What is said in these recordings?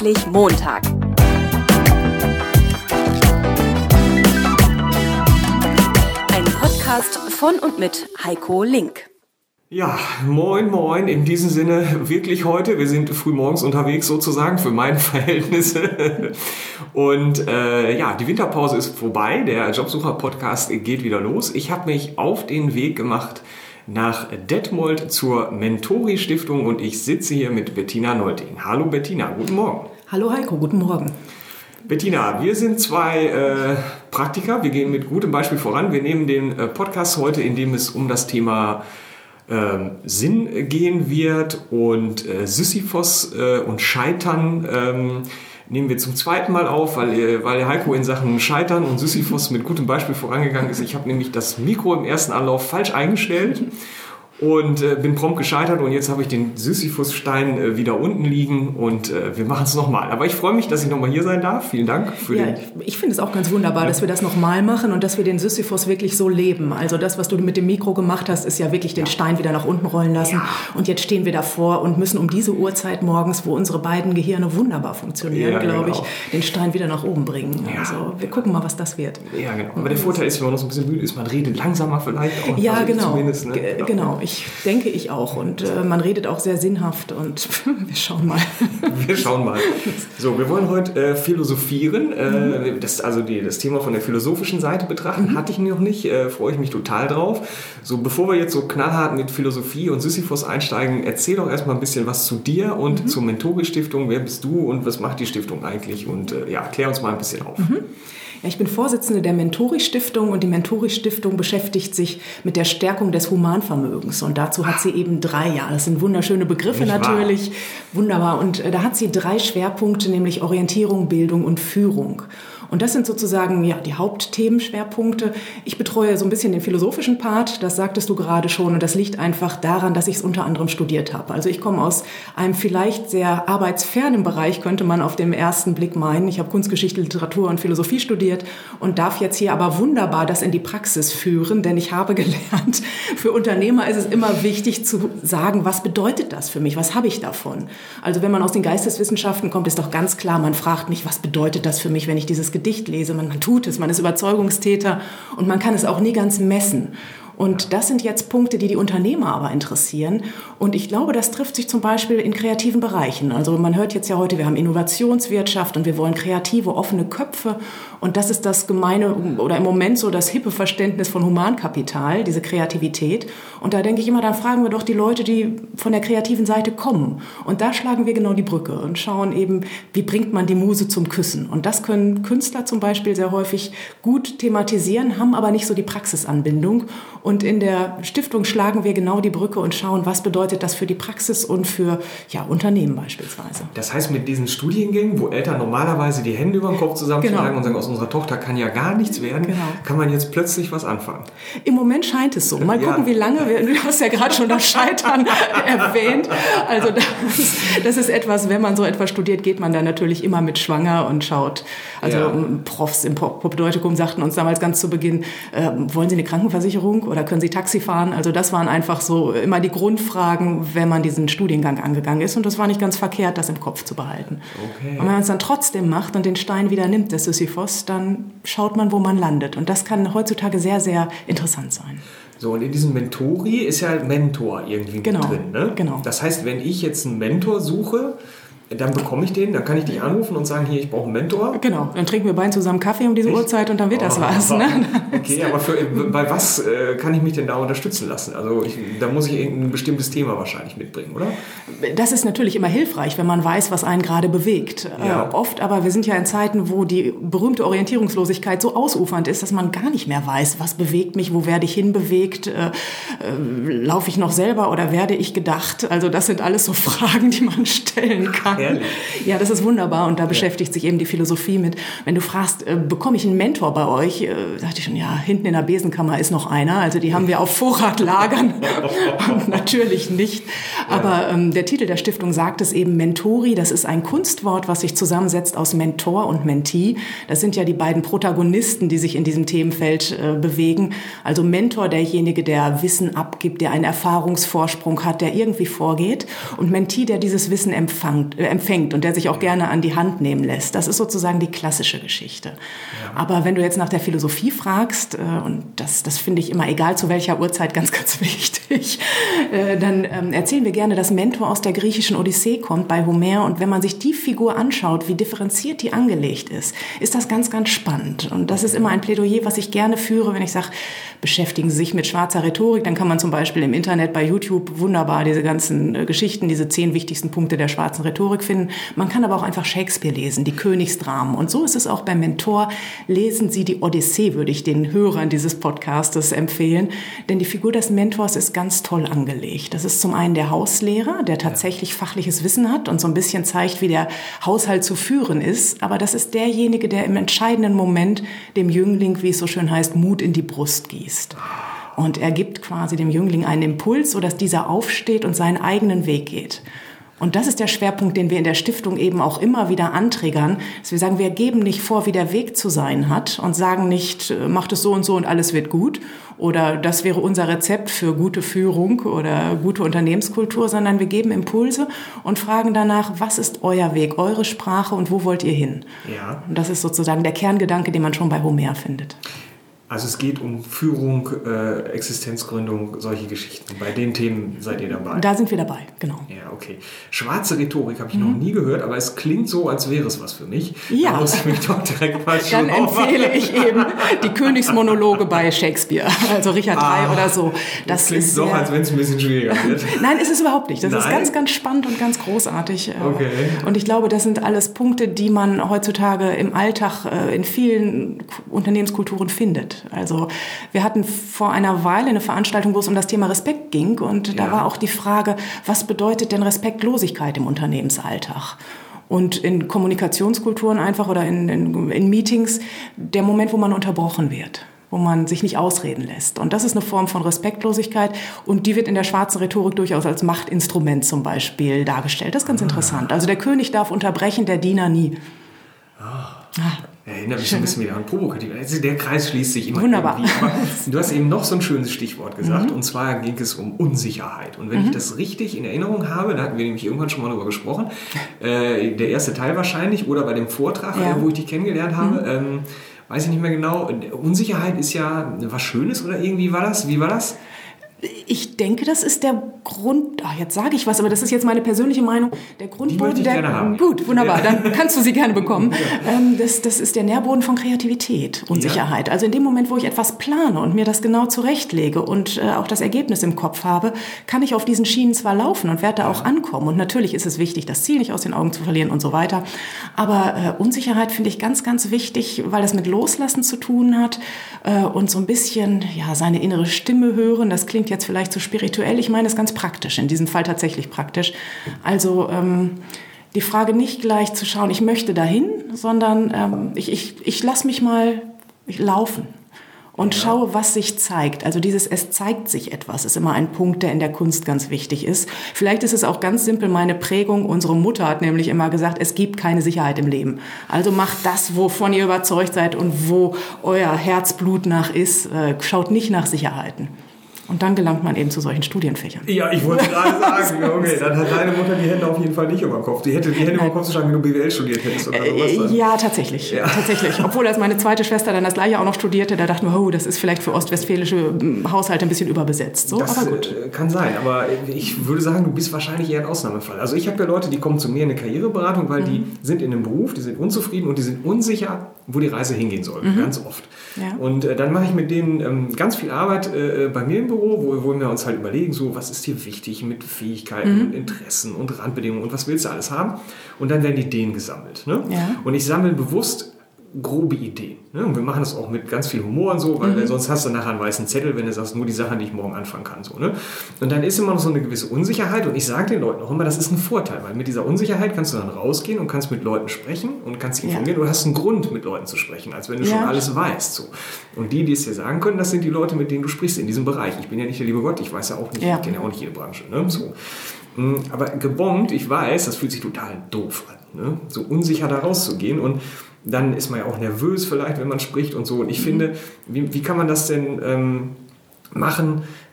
Endlich Montag. Ein Podcast von und mit Heiko Link. Ja, moin moin, in diesem Sinne wirklich heute, wir sind früh morgens unterwegs sozusagen für meine Verhältnisse und die Winterpause ist vorbei, der Jobsucher-Podcast geht wieder los. Ich habe mich auf den Weg gemacht nach Detmold zur Mentori-Stiftung und ich sitze hier mit Bettina Nolting. Hallo Bettina, guten Morgen. Hallo Heiko, guten Morgen. Bettina, wir sind zwei Praktiker, wir gehen mit gutem Beispiel voran. Wir nehmen den Podcast heute, in dem es um das Thema Sinn gehen wird und Sisyphos und Scheitern nehmen wir zum zweiten Mal auf, weil Heiko in Sachen Scheitern und Sisyphos mit gutem Beispiel vorangegangen ist. Ich habe nämlich das Mikro im ersten Anlauf falsch eingestellt und bin prompt gescheitert und jetzt habe ich den Sisyphus-Stein wieder unten liegen und wir machen es nochmal. Aber ich freue mich, dass ich nochmal hier sein darf. Vielen Dank für den... Ich finde es auch ganz wunderbar, dass wir das nochmal machen und dass wir den Sisyphus wirklich so leben. Also das, was du mit dem Mikro gemacht hast, ist ja wirklich den Stein wieder nach unten rollen lassen. Ja. Und jetzt stehen wir davor und müssen um diese Uhrzeit morgens, wo unsere beiden Gehirne wunderbar funktionieren, glaube ich, den Stein wieder nach oben bringen. Ja. Also wir gucken mal, was das wird. Ja, genau. Aber der Vorteil ist, wenn man noch so ein bisschen müde ist, man redet langsamer vielleicht auch. Ja, also genau. Zumindest, ne? Genau. Ich auch. Und man redet auch sehr sinnhaft und wir schauen mal. Wir schauen mal. So, wir wollen heute philosophieren. Das Thema von der philosophischen Seite betrachten. Hatte ich noch nicht. Freue ich mich total drauf. So, bevor wir jetzt so knallhart mit Philosophie und Sisyphos einsteigen, erzähl doch erstmal ein bisschen was zu dir und zur Mentori-Stiftung. Wer bist du und was macht die Stiftung eigentlich? Und klär uns mal ein bisschen auf. Ja, ich bin Vorsitzende der Mentori-Stiftung und die Mentori-Stiftung beschäftigt sich mit der Stärkung des Humanvermögens und dazu hat sie eben 3 Jahre. Das sind wunderschöne Begriffe natürlich, wunderbar. Und da hat sie 3 Schwerpunkte, nämlich Orientierung, Bildung und Führung. Und das sind sozusagen die Hauptthemenschwerpunkte. Ich betreue so ein bisschen den philosophischen Part, das sagtest du gerade schon. Und das liegt einfach daran, dass ich es unter anderem studiert habe. Also ich komme aus einem vielleicht sehr arbeitsfernen Bereich, könnte man auf den ersten Blick meinen. Ich habe Kunstgeschichte, Literatur und Philosophie studiert und darf jetzt hier aber wunderbar das in die Praxis führen. Denn ich habe gelernt, für Unternehmer ist es immer wichtig zu sagen, was bedeutet das für mich? Was habe ich davon? Also wenn man aus den Geisteswissenschaften kommt, ist doch ganz klar, man fragt mich, was bedeutet das für mich, wenn ich dieses Gedicht lese, man tut es, man ist Überzeugungstäter und man kann es auch nie ganz messen. Und das sind jetzt Punkte, die Unternehmer aber interessieren. Und ich glaube, das trifft sich zum Beispiel in kreativen Bereichen. Also man hört jetzt ja heute, wir haben Innovationswirtschaft und wir wollen kreative, offene Köpfe. Und das ist das gemeine oder im Moment so das hippe Verständnis von Humankapital, diese Kreativität. Und da denke ich immer, dann fragen wir doch die Leute, die von der kreativen Seite kommen. Und da schlagen wir genau die Brücke und schauen eben, wie bringt man die Muse zum Küssen. Und das können Künstler zum Beispiel sehr häufig gut thematisieren, haben aber nicht so die Praxisanbindung. Und in der Stiftung schlagen wir genau die Brücke und schauen, was bedeutet das für die Praxis und für Unternehmen beispielsweise. Das heißt, mit diesen Studiengängen, wo Eltern normalerweise die Hände über den Kopf zusammenschlagen und sagen, aus unserer Tochter kann ja gar nichts werden, kann man jetzt plötzlich was anfangen. Im Moment scheint es so. Mal gucken, wie lange. Du hast ja gerade schon das Scheitern erwähnt. Also das ist etwas, wenn man so etwas studiert, geht man da natürlich immer mit schwanger und schaut. Also Profs im Propedeutikum sagten uns damals ganz zu Beginn, wollen Sie eine Krankenversicherung oder können Sie Taxi fahren? Also das waren einfach so immer die Grundfragen, wenn man diesen Studiengang angegangen ist. Und das war nicht ganz verkehrt, das im Kopf zu behalten. Okay. Und wenn man es dann trotzdem macht und den Stein wieder nimmt, des Sisyphos, dann schaut man, wo man landet. Und das kann heutzutage sehr, sehr interessant sein. So, und in diesem Mentori ist ja ein Mentor irgendwie mit drin, ne? Genau. Das heißt, wenn ich jetzt einen Mentor suche, dann bekomme ich den, dann kann ich dich anrufen und sagen, hier, ich brauche einen Mentor. Genau, dann trinken wir beiden zusammen Kaffee um diese Uhrzeit und dann wird das was. Ne? Okay, aber bei was kann ich mich denn da unterstützen lassen? Also da muss ich irgendein bestimmtes Thema wahrscheinlich mitbringen, oder? Das ist natürlich immer hilfreich, wenn man weiß, was einen gerade bewegt. Oft aber, wir sind ja in Zeiten, wo die berühmte Orientierungslosigkeit so ausufernd ist, dass man gar nicht mehr weiß, was bewegt mich, wo werde ich hinbewegt, laufe ich noch selber oder werde ich gedacht? Also das sind alles so Fragen, die man stellen kann. Ehrlich? Ja, das ist wunderbar und da beschäftigt sich eben die Philosophie mit. Wenn du fragst, bekomme ich einen Mentor bei euch? Dachte ich schon, hinten in der Besenkammer ist noch einer. Also die haben wir auf Vorrat lagern. Und natürlich nicht. Aber der Titel der Stiftung sagt es eben, Mentori. Das ist ein Kunstwort, was sich zusammensetzt aus Mentor und Mentee. Das sind ja die beiden Protagonisten, die sich in diesem Themenfeld bewegen. Also Mentor, derjenige, der Wissen abgibt, der einen Erfahrungsvorsprung hat, der irgendwie vorgeht. Und Mentee, der dieses Wissen empfängt und der sich auch gerne an die Hand nehmen lässt. Das ist sozusagen die klassische Geschichte. Ja. Aber wenn du jetzt nach der Philosophie fragst, und das finde ich immer, egal zu welcher Uhrzeit, ganz, ganz wichtig, dann erzählen wir gerne, dass Mentor aus der griechischen Odyssee kommt bei Homer. Und wenn man sich die Figur anschaut, wie differenziert die angelegt ist das ganz, ganz spannend. Und das ist immer ein Plädoyer, was ich gerne führe, wenn ich sage, beschäftigen Sie sich mit schwarzer Rhetorik, dann kann man zum Beispiel im Internet bei YouTube wunderbar diese ganzen Geschichten, diese 10 wichtigsten Punkte der schwarzen Rhetorik finden. Man kann aber auch einfach Shakespeare lesen, die Königsdramen. Und so ist es auch beim Mentor. Lesen Sie die Odyssee, würde ich den Hörern dieses Podcastes empfehlen. Denn die Figur des Mentors ist ganz toll angelegt. Das ist zum einen der Hauslehrer, der tatsächlich fachliches Wissen hat und so ein bisschen zeigt, wie der Haushalt zu führen ist. Aber das ist derjenige, der im entscheidenden Moment dem Jüngling, wie es so schön heißt, Mut in die Brust gießt. Und er gibt quasi dem Jüngling einen Impuls, sodass dieser aufsteht und seinen eigenen Weg geht. Und das ist der Schwerpunkt, den wir in der Stiftung eben auch immer wieder antriggern, dass wir sagen, wir geben nicht vor, wie der Weg zu sein hat und sagen nicht, macht es so und alles wird gut oder das wäre unser Rezept für gute Führung oder gute Unternehmenskultur, sondern wir geben Impulse und fragen danach, was ist euer Weg, eure Sprache und wo wollt ihr hin? Ja. Und das ist sozusagen der Kerngedanke, den man schon bei Homer findet. Also es geht um Führung, Existenzgründung, solche Geschichten. Bei den Themen seid ihr dabei? Da sind wir dabei, genau. Ja, okay. Schwarze Rhetorik habe ich noch nie gehört, aber es klingt so, als wäre es was für mich. Ja. Da muss ich mich doch direkt mal Dann empfehle ich eben die Königsmonologe bei Shakespeare, also Richard III oder so. Das klingt ist doch, als wenn es ein bisschen schwieriger wird. Nein, ist es überhaupt nicht. Das ist ganz, ganz spannend und ganz großartig. Okay. Und ich glaube, das sind alles Punkte, die man heutzutage im Alltag in vielen Unternehmenskulturen findet. Also wir hatten vor einer Weile eine Veranstaltung, wo es um das Thema Respekt ging und da war auch die Frage, was bedeutet denn Respektlosigkeit im Unternehmensalltag? Und in Kommunikationskulturen einfach oder in Meetings der Moment, wo man unterbrochen wird, wo man sich nicht ausreden lässt. Und das ist eine Form von Respektlosigkeit und die wird in der schwarzen Rhetorik durchaus als Machtinstrument zum Beispiel dargestellt. Das ist ganz interessant. Also der König darf unterbrechen, der Diener nie. Erinnert mich so ein bisschen wieder an provokativ. Also der Kreis schließt sich immer Wunderbar. irgendwie. Aber du hast eben noch so ein schönes Stichwort gesagt, und zwar ging es um Unsicherheit. Und wenn ich das richtig in Erinnerung habe, da hatten wir nämlich irgendwann schon mal drüber gesprochen, der erste Teil wahrscheinlich oder bei dem Vortrag, wo ich dich kennengelernt habe, weiß ich nicht mehr genau. Unsicherheit ist ja was Schönes oder irgendwie war das? Wie war das? Ich denke, das ist der Grund, jetzt sage ich was, aber das ist jetzt meine persönliche Meinung, der Grundboden, die gerne haben. Gut, wunderbar, dann kannst du sie gerne bekommen. Das ist der Nährboden von Kreativität und Sicherheit. Also in dem Moment, wo ich etwas plane und mir das genau zurechtlege und auch das Ergebnis im Kopf habe, kann ich auf diesen Schienen zwar laufen und werde da auch ankommen. Und natürlich ist es wichtig, das Ziel nicht aus den Augen zu verlieren und so weiter. Aber Unsicherheit finde ich ganz, ganz wichtig, weil das mit Loslassen zu tun hat und so ein bisschen seine innere Stimme hören. Das klingt jetzt vielleicht zu spirituell. Ich meine es ganz praktisch, in diesem Fall tatsächlich praktisch. Also die Frage nicht gleich zu schauen, ich möchte dahin, sondern ich lasse mich mal laufen und schaue, was sich zeigt. Also dieses es zeigt sich etwas ist immer ein Punkt, der in der Kunst ganz wichtig ist. Vielleicht ist es auch ganz simpel meine Prägung. Unsere Mutter hat nämlich immer gesagt, es gibt keine Sicherheit im Leben. Also macht das, wovon ihr überzeugt seid und wo euer Herzblut nach ist. Schaut nicht nach Sicherheiten. Und dann gelangt man eben zu solchen Studienfächern. Ja, ich wollte gerade sagen, okay, dann hat deine Mutter die Hände auf jeden Fall nicht über den Kopf. Die hätte die Hände über den Kopf zu schlagen, wenn du BWL studiert hättest oder sowas. Ja, tatsächlich. Ja. Tatsächlich. Obwohl als meine zweite Schwester dann das gleiche auch noch studierte, da dachten wir, das ist vielleicht für ostwestfälische Haushalte ein bisschen überbesetzt. So, das aber gut. Kann sein, aber ich würde sagen, du bist wahrscheinlich eher ein Ausnahmefall. Also ich habe ja Leute, die kommen zu mir in eine Karriereberatung, weil die sind in einem Beruf, die sind unzufrieden und die sind unsicher, wo die Reise hingehen soll, ganz oft. Ja. Und dann mache ich mit denen ganz viel Arbeit bei mir im Büro, wo wir uns halt überlegen, so, was ist dir wichtig mit Fähigkeiten und Interessen und Randbedingungen und was willst du alles haben? Und dann werden die Ideen gesammelt. Ne? Ja. Und ich sammle bewusst grobe Ideen. Ne? Und wir machen das auch mit ganz viel Humor und so, weil sonst hast du nachher einen weißen Zettel, wenn du sagst, nur die Sachen, die ich morgen anfangen kann. So, ne? Und dann ist immer noch so eine gewisse Unsicherheit und ich sage den Leuten auch immer, das ist ein Vorteil, weil mit dieser Unsicherheit kannst du dann rausgehen und kannst mit Leuten sprechen und kannst informieren oder hast einen Grund, mit Leuten zu sprechen, als wenn du schon alles weißt. So. Und die es dir sagen können, das sind die Leute, mit denen du sprichst in diesem Bereich. Ich bin ja nicht der liebe Gott, ich weiß ja auch nicht, ich kenne ja auch nicht jede Branche. Ne? So. Aber gebombt, ich weiß, das fühlt sich total doof an, ne? So unsicher da rauszugehen und dann ist man ja auch nervös vielleicht, wenn man spricht und so. Und ich finde, wie kann man das denn machen,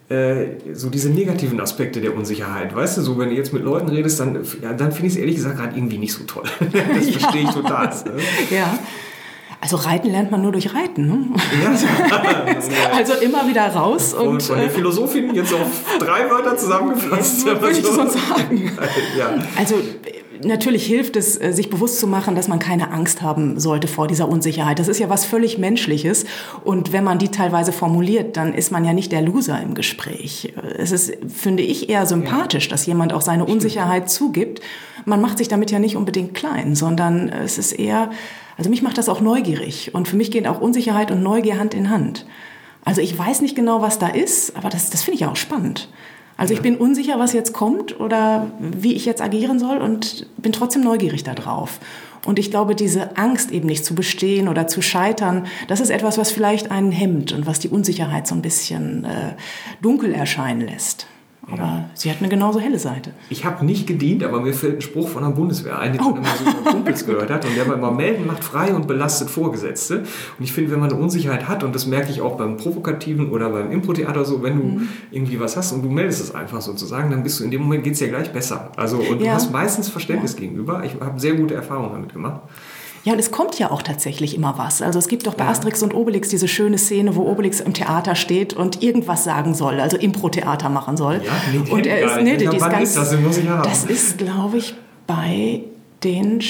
so diese negativen Aspekte der Unsicherheit. Weißt du, so wenn du jetzt mit Leuten redest, dann finde ich es ehrlich gesagt gerade irgendwie nicht so toll. Das verstehe ich total. Ja. Also reiten lernt man nur durch Reiten. Ne? Ja. Also immer wieder raus. Und von der Philosophin jetzt auf 3 Wörter zusammengefasst. Würde ich so sagen. Ja. Also natürlich hilft es, sich bewusst zu machen, dass man keine Angst haben sollte vor dieser Unsicherheit. Das ist ja was völlig Menschliches. Und wenn man die teilweise formuliert, dann ist man ja nicht der Loser im Gespräch. Es ist, finde ich, eher sympathisch, dass jemand auch seine Unsicherheit zugibt. Man macht sich damit ja nicht unbedingt klein, sondern es ist eher... Also mich macht das auch neugierig. Und für mich gehen auch Unsicherheit und Neugier Hand in Hand. Also ich weiß nicht genau, was da ist, aber das finde ich auch spannend. Also ich bin unsicher, was jetzt kommt oder wie ich jetzt agieren soll und bin trotzdem neugierig darauf. Und ich glaube, diese Angst eben nicht zu bestehen oder zu scheitern, das ist etwas, was vielleicht einen hemmt und was die Unsicherheit so ein bisschen dunkel erscheinen lässt. Aber sie hat eine genauso helle Seite. Ich habe nicht gedient, aber mir fällt ein Spruch von der Bundeswehr ein, den man immer so von Kumpels gehört hat. Und der war immer: Melden macht frei und belastet Vorgesetzte. Und ich finde, wenn man eine Unsicherheit hat, und das merke ich auch beim Provokativen oder beim Impro-Theater so, wenn du irgendwie was hast und du meldest es einfach sozusagen, dann bist du in dem Moment, geht es dir gleich besser. Also, und du hast meistens Verständnis gegenüber. Ich habe sehr gute Erfahrungen damit gemacht. Ja, und es kommt ja auch tatsächlich immer was. Also es gibt doch bei Asterix und Obelix diese schöne Szene, wo Obelix im Theater steht und irgendwas sagen soll, also Impro-Theater machen soll. Ja, und er ist, das ist, glaube ich, bei den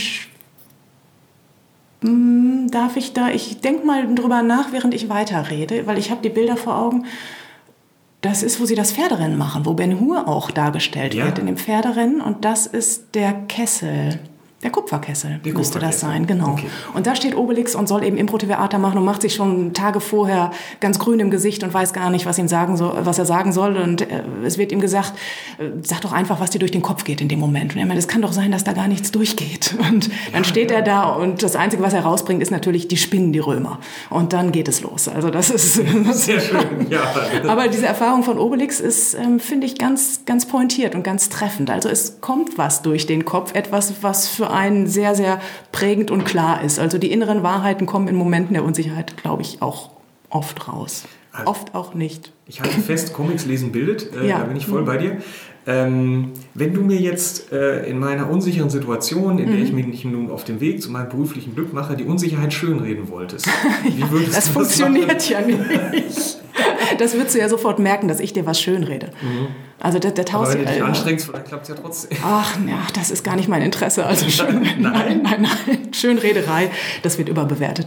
ich denke mal drüber nach, während ich weiterrede, weil ich habe die Bilder vor Augen. Das ist, wo sie das Pferderennen machen, wo Ben Hur auch dargestellt wird in dem Pferderennen. Und das ist der Kessel. Der Kupferkessel müsste das sein, genau. Okay. Und da steht Obelix und soll eben Impro-Theater machen und macht sich schon Tage vorher ganz grün im Gesicht und weiß gar nicht, was er sagen soll. Und es wird ihm gesagt, sag doch einfach, was dir durch den Kopf geht in dem Moment. Und er meint, es kann doch sein, dass da gar nichts durchgeht. Und dann steht er da und das Einzige, was er rausbringt, ist natürlich die Spinnen, die Römer. Und dann geht es los. Also das ist sehr schön, ja. Aber diese Erfahrung von Obelix ist, finde ich, ganz, ganz pointiert und ganz treffend. Also es kommt was durch den Kopf, etwas, was für einen sehr, sehr prägend und klar ist. Also die inneren Wahrheiten kommen in Momenten der Unsicherheit, glaube ich, auch oft raus. Also, oft auch nicht. Ich halte fest, Comics lesen bildet, da bin ich voll bei dir. Wenn du mir jetzt in meiner unsicheren Situation, in der ich mich nun auf dem Weg zu meinem beruflichen Glück mache, die Unsicherheit schönreden wolltest, wie würdest das du das funktioniert ja nicht. Das würdest du ja sofort merken, dass ich dir was schönrede. Also der Aber wenn du dich anstrengst, dann klappt es ja trotzdem. Ach, ja, das ist gar nicht mein Interesse. Also nein. Schönrederei, das wird überbewertet.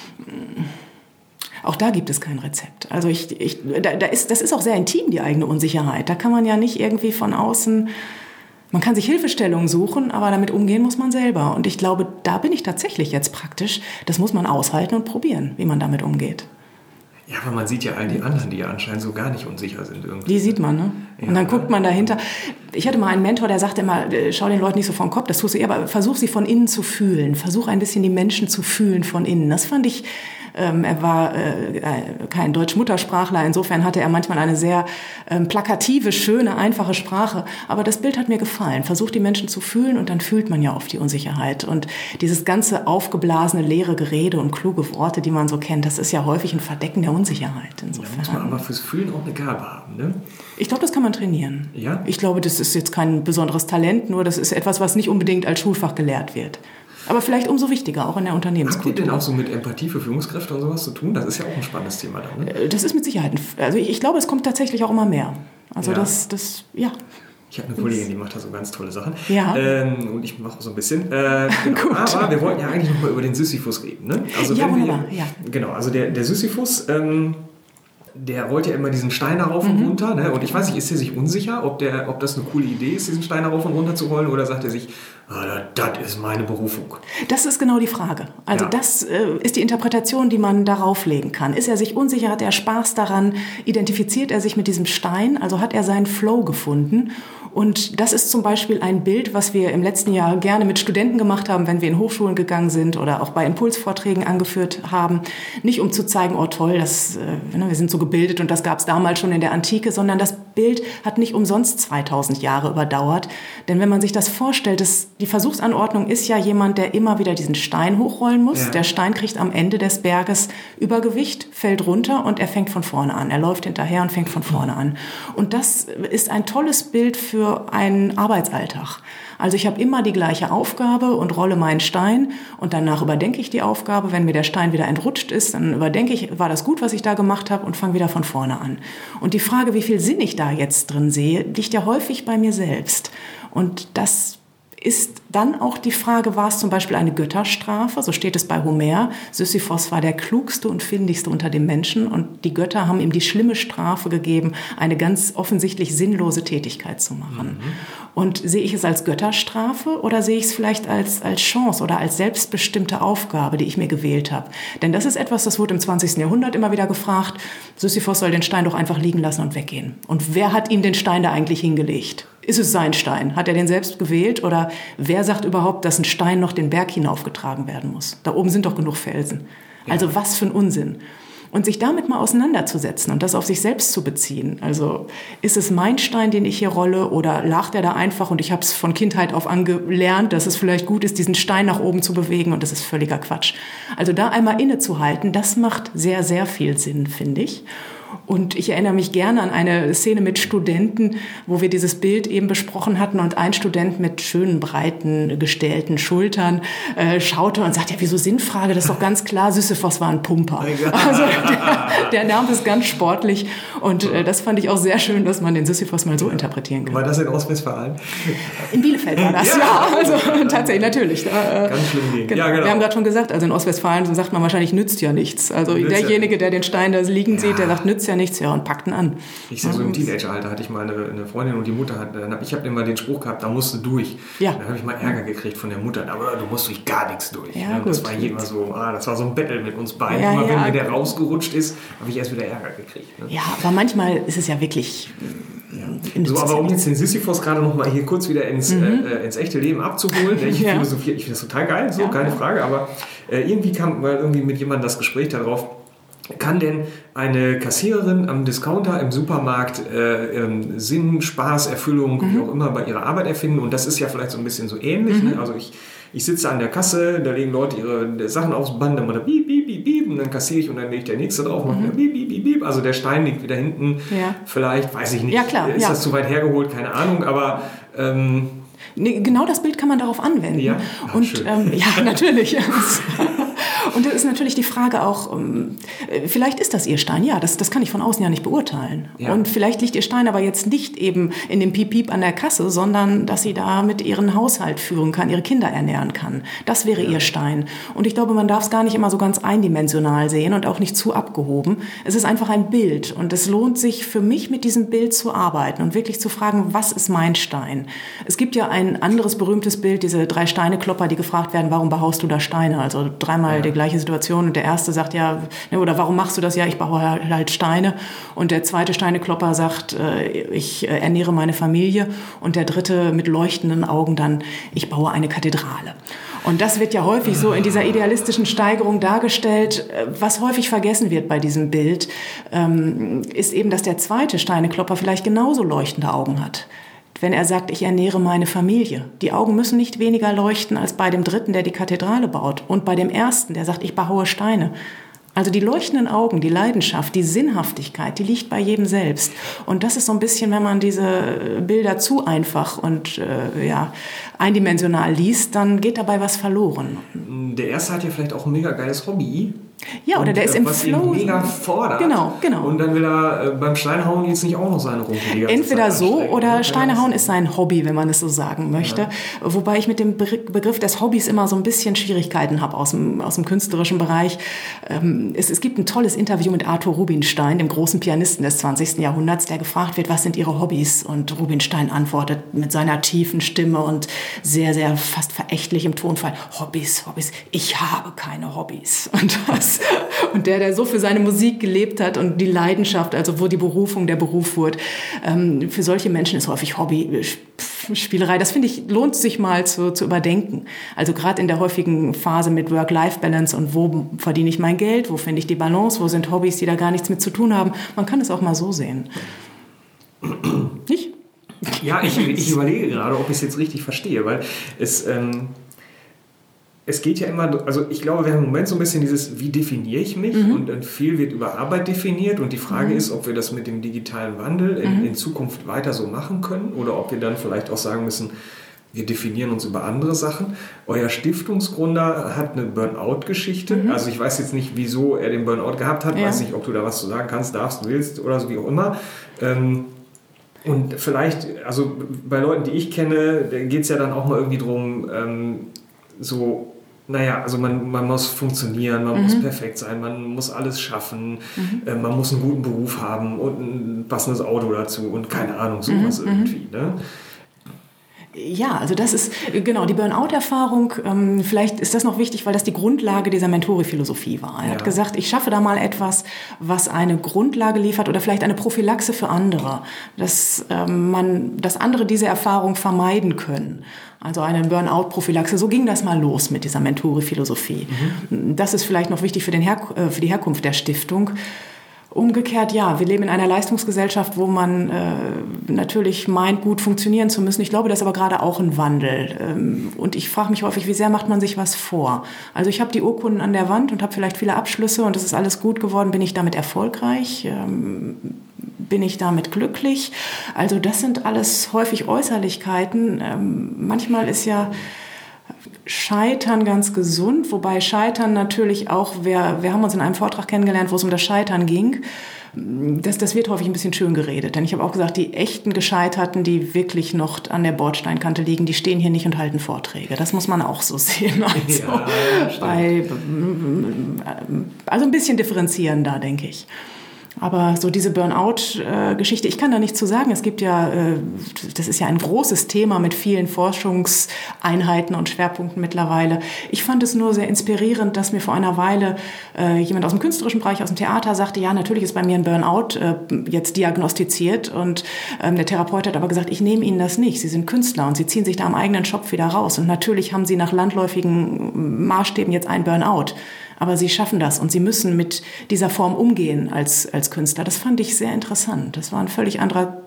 Auch da gibt es kein Rezept. Also das ist auch sehr intim, die eigene Unsicherheit. Da kann man ja nicht irgendwie von außen... Man kann sich Hilfestellungen suchen, aber damit umgehen muss man selber. Und ich glaube, da bin ich tatsächlich jetzt praktisch. Das muss man aushalten und probieren, wie man damit umgeht. Ja, aber man sieht ja all die anderen, die ja anscheinend so gar nicht unsicher sind irgendwie. Die sieht man, ne? Ja, und dann guckt man dahinter. Ich hatte mal einen Mentor, der sagte immer, schau den Leuten nicht so vom Kopf, das tust du aber versuch sie von innen zu fühlen. Versuch ein bisschen die Menschen zu fühlen von innen. Das fand ich, er war kein Deutsch-Muttersprachler, insofern hatte er manchmal eine sehr plakative, schöne, einfache Sprache. Aber das Bild hat mir gefallen. Versuch die Menschen zu fühlen und dann fühlt man ja oft die Unsicherheit. Und dieses ganze aufgeblasene, leere Gerede und kluge Worte, die man so kennt, das ist ja häufig ein Verdecken der Unsicherheit. Insofern. Da muss man aber fürs Fühlen auch eine Gabe haben, ne? Ich glaube, das kann man trainieren. Ja? Ich glaube, das ist jetzt kein besonderes Talent, nur das ist etwas, was nicht unbedingt als Schulfach gelehrt wird. Aber vielleicht umso wichtiger, auch in der Unternehmenskultur. Habt ihr denn auch so mit Empathie für Führungskräfte und sowas zu tun? Das ist ja auch ein spannendes Thema dann, ne? Das ist mit Sicherheit. Also ich glaube, es kommt tatsächlich auch immer mehr. Also ja. Ich habe eine Kollegin, die macht da so ganz tolle Sachen. Ja. Und ich mache so ein bisschen. Genau. Aber wir wollten ja eigentlich noch mal über den Sisyphus reden, ne? Also ja, wunderbar. Ja. Genau, also der Sisyphus... der rollt ja immer diesen Stein rauf und runter, ne? Und ich weiß nicht, ist er sich unsicher, ob das eine coole Idee ist, diesen Stein rauf und runter zu rollen, oder sagt er sich, das ist meine Berufung? Das ist genau die Frage. Also das ist die Interpretation, die man darauf legen kann. Ist er sich unsicher, hat er Spaß daran, identifiziert er sich mit diesem Stein, also hat er seinen Flow gefunden? Und das ist zum Beispiel ein Bild, was wir im letzten Jahr gerne mit Studenten gemacht haben, wenn wir in Hochschulen gegangen sind oder auch bei Impulsvorträgen angeführt haben. Nicht um zu zeigen, oh toll, wir sind so gebildet und das gab es damals schon in der Antike, sondern das Bild hat nicht umsonst 2000 Jahre überdauert. Denn wenn man sich das vorstellt, die Versuchsanordnung ist ja jemand, der immer wieder diesen Stein hochrollen muss. Ja. Der Stein kriegt am Ende des Berges Übergewicht, fällt runter und er fängt von vorne an. Er läuft hinterher und fängt von vorne an. Und das ist ein tolles Bild für einen Arbeitsalltag. Also ich habe immer die gleiche Aufgabe und rolle meinen Stein und danach überdenke ich die Aufgabe. Wenn mir der Stein wieder entrutscht ist, dann überdenke ich, war das gut, was ich da gemacht habe und fange wieder von vorne an. Und die Frage, wie viel Sinn ich da jetzt drin sehe, liegt ja häufig bei mir selbst. Und das ist dann auch die Frage, war es zum Beispiel eine Götterstrafe? So steht es bei Homer. Sisyphos war der klugste und findigste unter den Menschen und die Götter haben ihm die schlimme Strafe gegeben, eine ganz offensichtlich sinnlose Tätigkeit zu machen. Und sehe ich es als Götterstrafe oder sehe ich es vielleicht als Chance oder als selbstbestimmte Aufgabe, die ich mir gewählt habe? Denn das ist etwas, das wurde im 20. Jahrhundert immer wieder gefragt. Sisyphos soll den Stein doch einfach liegen lassen und weggehen. Und wer hat ihm den Stein da eigentlich hingelegt? Ist es sein Stein? Hat er den selbst gewählt? Oder wer sagt überhaupt, dass ein Stein noch den Berg hinaufgetragen werden muss? Da oben sind doch genug Felsen. Ja. Also was für ein Unsinn. Und sich damit mal auseinanderzusetzen und das auf sich selbst zu beziehen. Also ist es mein Stein, den ich hier rolle oder lag der da einfach und ich habe es von Kindheit auf an gelernt, dass es vielleicht gut ist, diesen Stein nach oben zu bewegen und das ist völliger Quatsch. Also da einmal innezuhalten, das macht sehr, sehr viel Sinn, finde ich. Und ich erinnere mich gerne an eine Szene mit Studenten, wo wir dieses Bild eben besprochen hatten und ein Student mit schönen, breiten, gestählten Schultern schaute und sagte, ja, wieso Sinnfrage, das ist doch ganz klar, Sisyphos war ein Pumper. Also der nahm das ganz sportlich und das fand ich auch sehr schön, dass man den Sisyphos mal so interpretieren kann. War das in Ostwestfalen? In Bielefeld war das, ja. Also tatsächlich, natürlich. Ganz schlimm. Genau. Ja, genau. Wir haben gerade schon gesagt, also in Ostwestfalen, so sagt man wahrscheinlich, nützt ja nichts. Also derjenige, der den Stein da liegen sieht, der sagt, nützt ja nichts, ja, und packt ihn an. Ich sag so im Teenageralter hatte ich mal eine Freundin und die Mutter hat, ich habe immer den Spruch gehabt, da musst du durch. Ja. Dann habe ich mal Ärger gekriegt von der Mutter, aber du musst durch gar nichts durch. Ja, das war immer so, das war so ein Battle mit uns beiden. Ja, immer wenn mir der rausgerutscht ist, habe ich erst wieder Ärger gekriegt. Ne? Ja, aber manchmal ist es ja wirklich... So, aber um jetzt den Sisyphos gerade noch mal hier kurz wieder ins echte Leben abzuholen, ich finde das total geil, so, keine Frage, aber irgendwie kam mal irgendwie mit jemandem das Gespräch darauf, kann denn eine Kassiererin am Discounter im Supermarkt Sinn, Spaß, Erfüllung, wie auch immer bei ihrer Arbeit erfinden? Und das ist ja vielleicht so ein bisschen so ähnlich. Ne? Also ich sitze an der Kasse, da legen Leute ihre Sachen aufs Band, dann macht er piep, piep, piep, piep, und dann kassiere ich und dann legt der Nächste drauf, macht er piep, piep, piep, piep. Also der Stein liegt wieder hinten. Ja. Vielleicht, weiß ich nicht, ja, klar, ist das zu weit hergeholt, keine Ahnung, aber... genau das Bild kann man darauf anwenden. Ja, und ja, natürlich. Und das ist natürlich die Frage auch, vielleicht ist das Ihr Stein, ja, das kann ich von außen ja nicht beurteilen. Ja. Und vielleicht liegt Ihr Stein aber jetzt nicht eben in dem Piep-Piep an der Kasse, sondern dass sie damit ihren Haushalt führen kann, ihre Kinder ernähren kann. Das wäre Ihr Stein. Und ich glaube, man darf es gar nicht immer so ganz eindimensional sehen und auch nicht zu abgehoben. Es ist einfach ein Bild und es lohnt sich für mich, mit diesem Bild zu arbeiten und wirklich zu fragen, was ist mein Stein? Es gibt ja ein anderes berühmtes Bild, diese 3 Steineklopper, die gefragt werden, warum behaust du da Steine? Also 3-mal die gleiche Situation und der erste sagt ja, oder warum machst du das? Ja, ich baue halt Steine. Und der zweite Steineklopper sagt, ich ernähre meine Familie. Und der dritte mit leuchtenden Augen dann, ich baue eine Kathedrale. Und das wird ja häufig so in dieser idealistischen Steigerung dargestellt. Was häufig vergessen wird bei diesem Bild, ist eben, dass der zweite Steineklopper vielleicht genauso leuchtende Augen hat. Wenn er sagt, ich ernähre meine Familie. Die Augen müssen nicht weniger leuchten als bei dem dritten, der die Kathedrale baut. Und bei dem ersten, der sagt, ich behaue Steine. Also die leuchtenden Augen, die Leidenschaft, die Sinnhaftigkeit, die liegt bei jedem selbst. Und das ist so ein bisschen, wenn man diese Bilder zu einfach und eindimensional liest, dann geht dabei was verloren. Der erste hat ja vielleicht auch ein mega geiles Hobby. Ja, oder der ist im Flow. Was ihn mega fordert. Genau. Und dann will er beim Steinhauen jetzt nicht auch noch seine Runde. Entweder so oder Steinehauen ist sein Hobby, wenn man es so sagen möchte. Ja. Wobei ich mit dem Begriff des Hobbys immer so ein bisschen Schwierigkeiten habe aus dem künstlerischen Bereich. Es gibt ein tolles Interview mit Arthur Rubinstein, dem großen Pianisten des 20. Jahrhunderts, der gefragt wird, was sind Ihre Hobbys? Und Rubinstein antwortet mit seiner tiefen Stimme und sehr, sehr fast verächtlichem Tonfall, Hobbys, ich habe keine Hobbys. Und der so für seine Musik gelebt hat und die Leidenschaft, also wo die Berufung der Beruf wurde, für solche Menschen ist häufig Hobby-Spielerei. Das finde ich, lohnt sich mal zu überdenken. Also gerade in der häufigen Phase mit Work-Life-Balance und wo verdiene ich mein Geld, wo finde ich die Balance, wo sind Hobbys, die da gar nichts mit zu tun haben. Man kann es auch mal so sehen. Nicht? Ja, ich überlege gerade, ob ich es jetzt richtig verstehe, weil es geht ja immer, also ich glaube, wir haben im Moment so ein bisschen dieses, wie definiere ich mich? Und viel wird über Arbeit definiert und die Frage ist, ob wir das mit dem digitalen Wandel in Zukunft weiter so machen können oder ob wir dann vielleicht auch sagen müssen, wir definieren uns über andere Sachen. Euer Stiftungsgründer hat eine Burnout-Geschichte. Also ich weiß jetzt nicht, wieso er den Burnout gehabt hat. Weiß nicht, ob du da was zu sagen kannst, darfst, willst oder so, wie auch immer. Und vielleicht, also bei Leuten, die ich kenne, geht es ja dann auch mal irgendwie drum, also man muss funktionieren, man muss perfekt sein, man muss alles schaffen, man muss einen guten Beruf haben und ein passendes Auto dazu und keine Ahnung, sowas irgendwie, ne? Ja, also das ist genau die Burnout-Erfahrung. Vielleicht ist das noch wichtig, weil das die Grundlage dieser Mentori-Philosophie war. Er hat gesagt, ich schaffe da mal etwas, was eine Grundlage liefert oder vielleicht eine Prophylaxe für andere, dass andere diese Erfahrung vermeiden können. Also eine Burnout-Prophylaxe. So ging das mal los mit dieser Mentori-Philosophie. Das ist vielleicht noch wichtig für die Herkunft der Stiftung. Umgekehrt, ja, wir leben in einer Leistungsgesellschaft, wo man natürlich meint, gut funktionieren zu müssen. Ich glaube, das ist aber gerade auch ein Wandel. Und ich frage mich häufig, wie sehr macht man sich was vor? Also ich habe die Urkunden an der Wand und habe vielleicht viele Abschlüsse und es ist alles gut geworden. Bin ich damit erfolgreich? Bin ich damit glücklich? Also das sind alles häufig Äußerlichkeiten. Manchmal ist ja Scheitern ganz gesund, wobei Scheitern natürlich auch, wir haben uns in einem Vortrag kennengelernt, wo es um das Scheitern ging, das wird häufig ein bisschen schön geredet. Denn ich habe auch gesagt, die echten Gescheiterten, die wirklich noch an der Bordsteinkante liegen, die stehen hier nicht und halten Vorträge. Das muss man auch so sehen. Also ein bisschen differenzieren da, denke ich. Aber so diese Burnout-Geschichte, ich kann da nichts zu sagen. Es gibt ja, das ist ja ein großes Thema mit vielen Forschungseinheiten und Schwerpunkten mittlerweile. Ich fand es nur sehr inspirierend, dass mir vor einer Weile jemand aus dem künstlerischen Bereich, aus dem Theater sagte, ja, natürlich ist bei mir ein Burnout jetzt diagnostiziert. Und der Therapeut hat aber gesagt, ich nehme Ihnen das nicht. Sie sind Künstler und Sie ziehen sich da am eigenen Schopf wieder raus. Und natürlich haben Sie nach landläufigen Maßstäben jetzt ein Burnout. Aber sie schaffen das und sie müssen mit dieser Form umgehen als Künstler. Das fand ich sehr interessant. Das war ein völlig anderer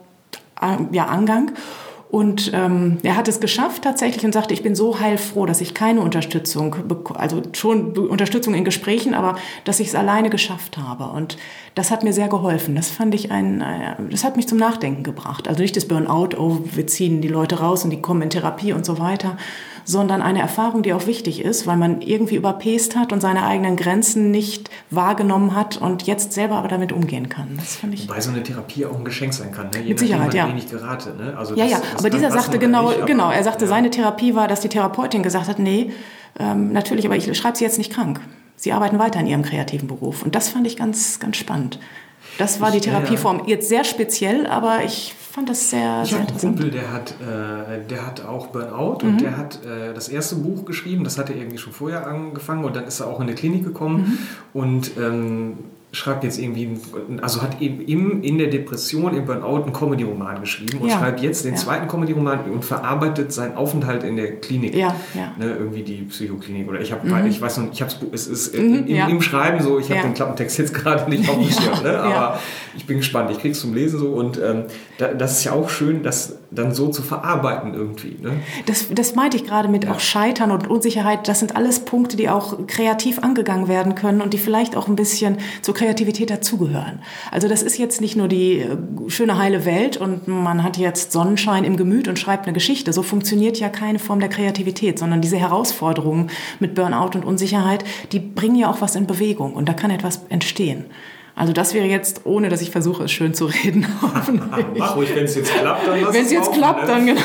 Angang. Und er hat es geschafft tatsächlich und sagte, ich bin so heilfroh, dass ich keine Unterstützung, also schon Unterstützung in Gesprächen, aber dass ich es alleine geschafft habe. Und das hat mir sehr geholfen. Das fand ich das hat mich zum Nachdenken gebracht. Also nicht das Burnout, oh, wir ziehen die Leute raus und die kommen in Therapie und so weiter, sondern eine Erfahrung, die auch wichtig ist, weil man irgendwie überpaced hat und seine eigenen Grenzen nicht wahrgenommen hat und jetzt selber aber damit umgehen kann. Das fand ich. Wobei so eine Therapie auch ein Geschenk sein kann, ne? Mit Sicherheit, ja. Nicht gerate, ne? Also ja, aber dieser sagte genau, er sagte, seine Therapie war, dass die Therapeutin gesagt hat, nee, natürlich, aber ich schreibe Sie jetzt nicht krank. Sie arbeiten weiter in Ihrem kreativen Beruf. Und das fand ich ganz, ganz spannend. Das war die Therapieform. Jetzt sehr speziell, aber ich fand das sehr, sehr interessant. Ich habe einen Kumpel, der hat auch Burnout und der hat das erste Buch geschrieben. Das hat er irgendwie schon vorher angefangen und dann ist er auch in eine Klinik gekommen und schreibt jetzt irgendwie, also hat eben in der Depression, im Burnout einen Comedy-Roman geschrieben und schreibt jetzt den zweiten Comedy-Roman und verarbeitet seinen Aufenthalt in der Klinik. Ne, irgendwie die Psychoklinik oder ich weiß noch nicht, es ist im Schreiben so, ich habe den Klappentext jetzt gerade nicht auf dem Schirm, ne, aber ich bin gespannt, ich krieg's zum Lesen so und das ist ja auch schön, das dann so zu verarbeiten irgendwie. Ne? Das meinte ich gerade mit auch Scheitern und Unsicherheit, das sind alles Punkte, die auch kreativ angegangen werden können und die vielleicht auch ein bisschen zur Kreativität dazugehören. Also das ist jetzt nicht nur die schöne heile Welt und man hat jetzt Sonnenschein im Gemüt und schreibt eine Geschichte. So funktioniert ja keine Form der Kreativität, sondern diese Herausforderungen mit Burnout und Unsicherheit, die bringen ja auch was in Bewegung und da kann etwas entstehen. Also das wäre jetzt, ohne dass ich versuche, es schön zu reden. Mach ruhig, wenn es jetzt klappt, dann lass Wenn es jetzt klappt, dann genau.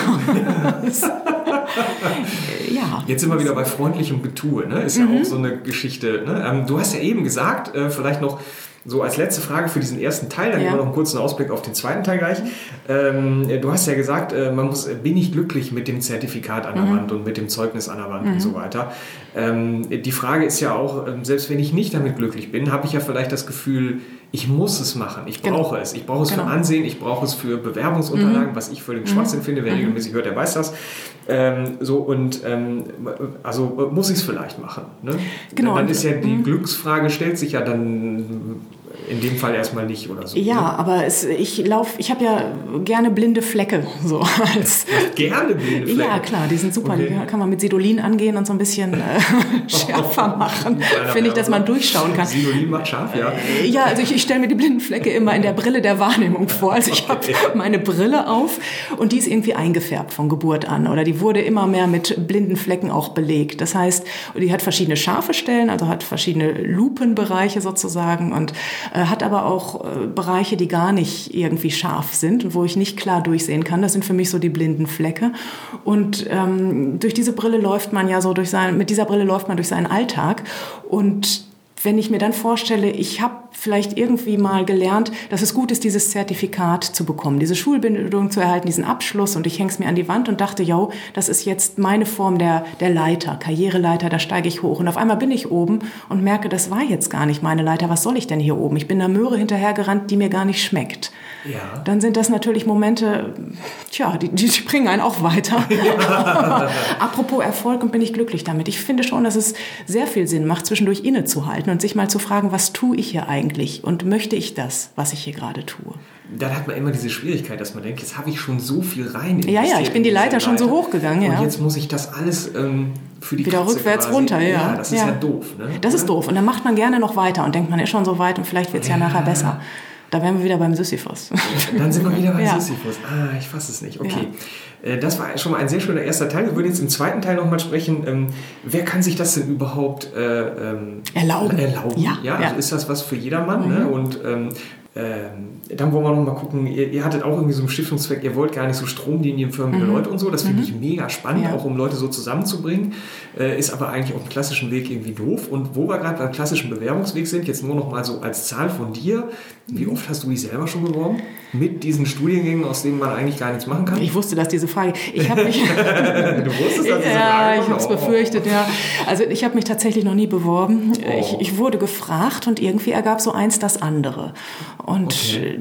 Ja. Jetzt sind wir wieder bei freundlichem Getue, ne? Ist ja auch so eine Geschichte. Ne? Du hast ja eben gesagt, vielleicht noch so als letzte Frage für diesen ersten Teil, dann geben wir noch einen kurzen Ausblick auf den zweiten Teil gleich. Du hast ja gesagt, bin ich glücklich mit dem Zertifikat an der Wand und mit dem Zeugnis an der Wand und so weiter. Die Frage ist ja auch, selbst wenn ich nicht damit glücklich bin, habe ich ja vielleicht das Gefühl, ich muss es machen, ich brauche es. Ich brauche es für Ansehen, ich brauche es für Bewerbungsunterlagen, was ich für den Schwachsinn finde, wer regelmäßig hört, der weiß das. Also muss ich es vielleicht machen. Ne? Genau. Dann ist ja die Glücksfrage, stellt sich ja dann in dem Fall erstmal nicht oder so. Ja, ne? Aber ich habe ja gerne blinde Flecke. So als gerne blinde Flecke? Ja, klar, die sind super. Okay. Die kann man mit Sidolin angehen und so ein bisschen schärfer machen. Finde ich, dass man durchschauen kann. Sidolin macht scharf, ja. Ja, also ich stelle mir die blinden Flecke immer in der Brille der Wahrnehmung vor. Also ich habe meine Brille auf und die ist irgendwie eingefärbt von Geburt an. Oder die wurde immer mehr mit blinden Flecken auch belegt. Das heißt, die hat verschiedene scharfe Stellen, also hat verschiedene Lupenbereiche sozusagen und hat aber auch Bereiche, die gar nicht irgendwie scharf sind und wo ich nicht klar durchsehen kann. Das sind für mich so die blinden Flecke. Und durch diese Brille läuft man ja so mit dieser Brille läuft man durch seinen Alltag. Und wenn ich mir dann vorstelle, ich habe vielleicht irgendwie mal gelernt, dass es gut ist, dieses Zertifikat zu bekommen, diese Schulbildung zu erhalten, diesen Abschluss, und ich hänge es mir an die Wand und dachte, jo, das ist jetzt meine Form der Leiter, Karriereleiter, da steige ich hoch. Und auf einmal bin ich oben und merke, das war jetzt gar nicht meine Leiter, was soll ich denn hier oben? Ich bin einer Möhre hinterhergerannt, die mir gar nicht schmeckt. Ja. Dann sind das natürlich Momente, die bringen einen auch weiter. Ja. Apropos Erfolg, und bin ich glücklich damit. Ich finde schon, dass es sehr viel Sinn macht, zwischendurch innezuhalten und sich mal zu fragen, was tue ich hier eigentlich und möchte ich das, was ich hier gerade tue? Dann hat man immer diese Schwierigkeit, dass man denkt, jetzt habe ich schon so viel rein investiert. Ja, ich bin die Leiter schon so hochgegangen. Und jetzt muss ich das alles für die wieder Katze rückwärts quasi. runter, ja. Ja, das ist ja doof. Ne? Das ist doof. Und dann macht man gerne noch weiter und denkt, man ist schon so weit und vielleicht wird es ja nachher besser. Da wären wir wieder beim Sisyphus. Dann sind wir wieder beim Sisyphus. Ich fasse es nicht. Okay. Ja. Das war schon mal ein sehr schöner erster Teil. Wir würden jetzt im zweiten Teil nochmal sprechen. Wer kann sich das denn überhaupt erlauben? Ja. Also ist das was für jedermann? Ne? Und dann wollen wir noch mal gucken, ihr hattet auch irgendwie so einen Stiftungszweck, ihr wollt gar nicht so stromlinienförmige Leute und so, das finde ich mega spannend, auch um Leute so zusammenzubringen, ist aber eigentlich auf dem klassischen Weg irgendwie doof. Und wo wir gerade beim klassischen Bewerbungsweg sind, jetzt nur noch mal so als Zahl von dir, wie oft hast du dich selber schon beworben? Mit diesen Studiengängen, aus denen man eigentlich gar nichts machen kann? Ich wusste, dass diese Frage... Ich habe mich... Du wusstest, dass diese Frage ich habe es befürchtet, ja. Also ich habe mich tatsächlich noch nie beworben. Ich wurde gefragt und irgendwie ergab so eins das andere. Und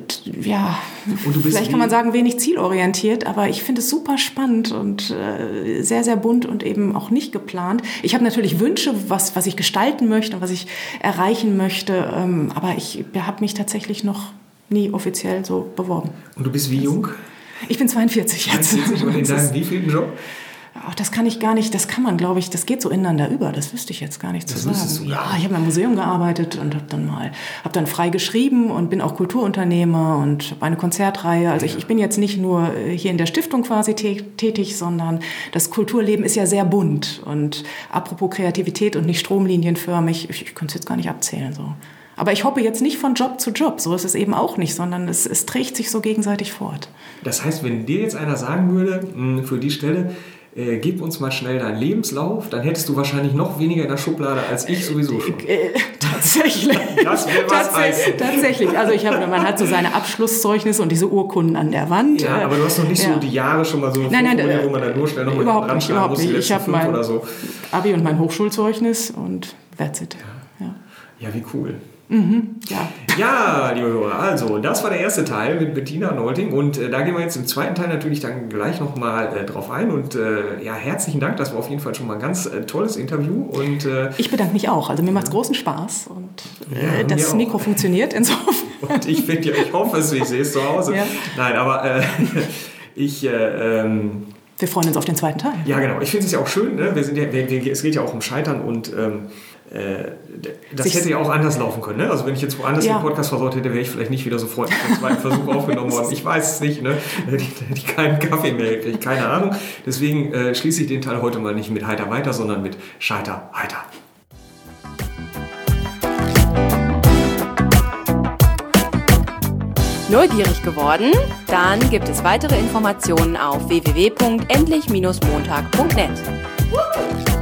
und vielleicht kann man sagen, wenig zielorientiert, aber ich finde es super spannend und sehr, sehr bunt und eben auch nicht geplant. Ich habe natürlich Wünsche, was ich gestalten möchte und was ich erreichen möchte, aber ich habe mich tatsächlich noch nie offiziell so beworben. Und du bist wie jung? Ich bin 42 jetzt. 42 und in deinem wievielten Job? Ach, das kann ich gar nicht, das kann man, glaube ich, das geht so ineinander über, das wüsste ich jetzt gar nicht zu sagen. Ja, ich habe im Museum gearbeitet und habe dann frei geschrieben und bin auch Kulturunternehmer und habe eine Konzertreihe. Also ich bin jetzt nicht nur hier in der Stiftung quasi tätig, sondern das Kulturleben ist ja sehr bunt. Und apropos Kreativität und nicht stromlinienförmig, ich könnte es jetzt gar nicht abzählen so. Aber ich hoppe jetzt nicht von Job zu Job, so ist es eben auch nicht, sondern es trägt sich so gegenseitig fort. Das heißt, wenn dir jetzt einer sagen würde, für die Stelle, gib uns mal schnell deinen Lebenslauf, dann hättest du wahrscheinlich noch weniger in der Schublade als ich sowieso schon. Tatsächlich. Das will was heißen. Tatsächlich. Also man hat so seine Abschlusszeugnisse und diese Urkunden an der Wand. Ja, aber du hast noch nicht so die Jahre schon mal so nein, wo man dann nur schnell noch mal dran schreiben muss, die letzten ich habe mein oder so. Abi und mein Hochschulzeugnis und that's it. Ja, wie cool. Ja. Ja, liebe Hörer, also das war der erste Teil mit Bettina Nolting und da gehen wir jetzt im zweiten Teil natürlich dann gleich nochmal drauf ein und herzlichen Dank, das war auf jeden Fall schon mal ein ganz tolles Interview. Und ich bedanke mich auch, also mir macht es großen Spaß und das Mikro funktioniert insofern. Und ich hoffe es, ich sehe es zu Hause. Ja. Nein, aber wir freuen uns auf den zweiten Teil. Ja, genau. Ich finde es ja auch schön, ne? Es geht ja auch um Scheitern und das hätte ja auch anders laufen können. Ne? Also wenn ich jetzt woanders den Podcast versorgt hätte, wäre ich vielleicht nicht wieder so freundlich beim zweiten Versuch aufgenommen worden. Ich weiß es nicht. Ne? Hätte ich keinen Kaffee mehr gekriegt. Keine Ahnung. Deswegen schließe ich den Teil heute mal nicht mit Heiter weiter, sondern mit Scheiter heiter. Neugierig geworden? Dann gibt es weitere Informationen auf www.endlich-montag.net.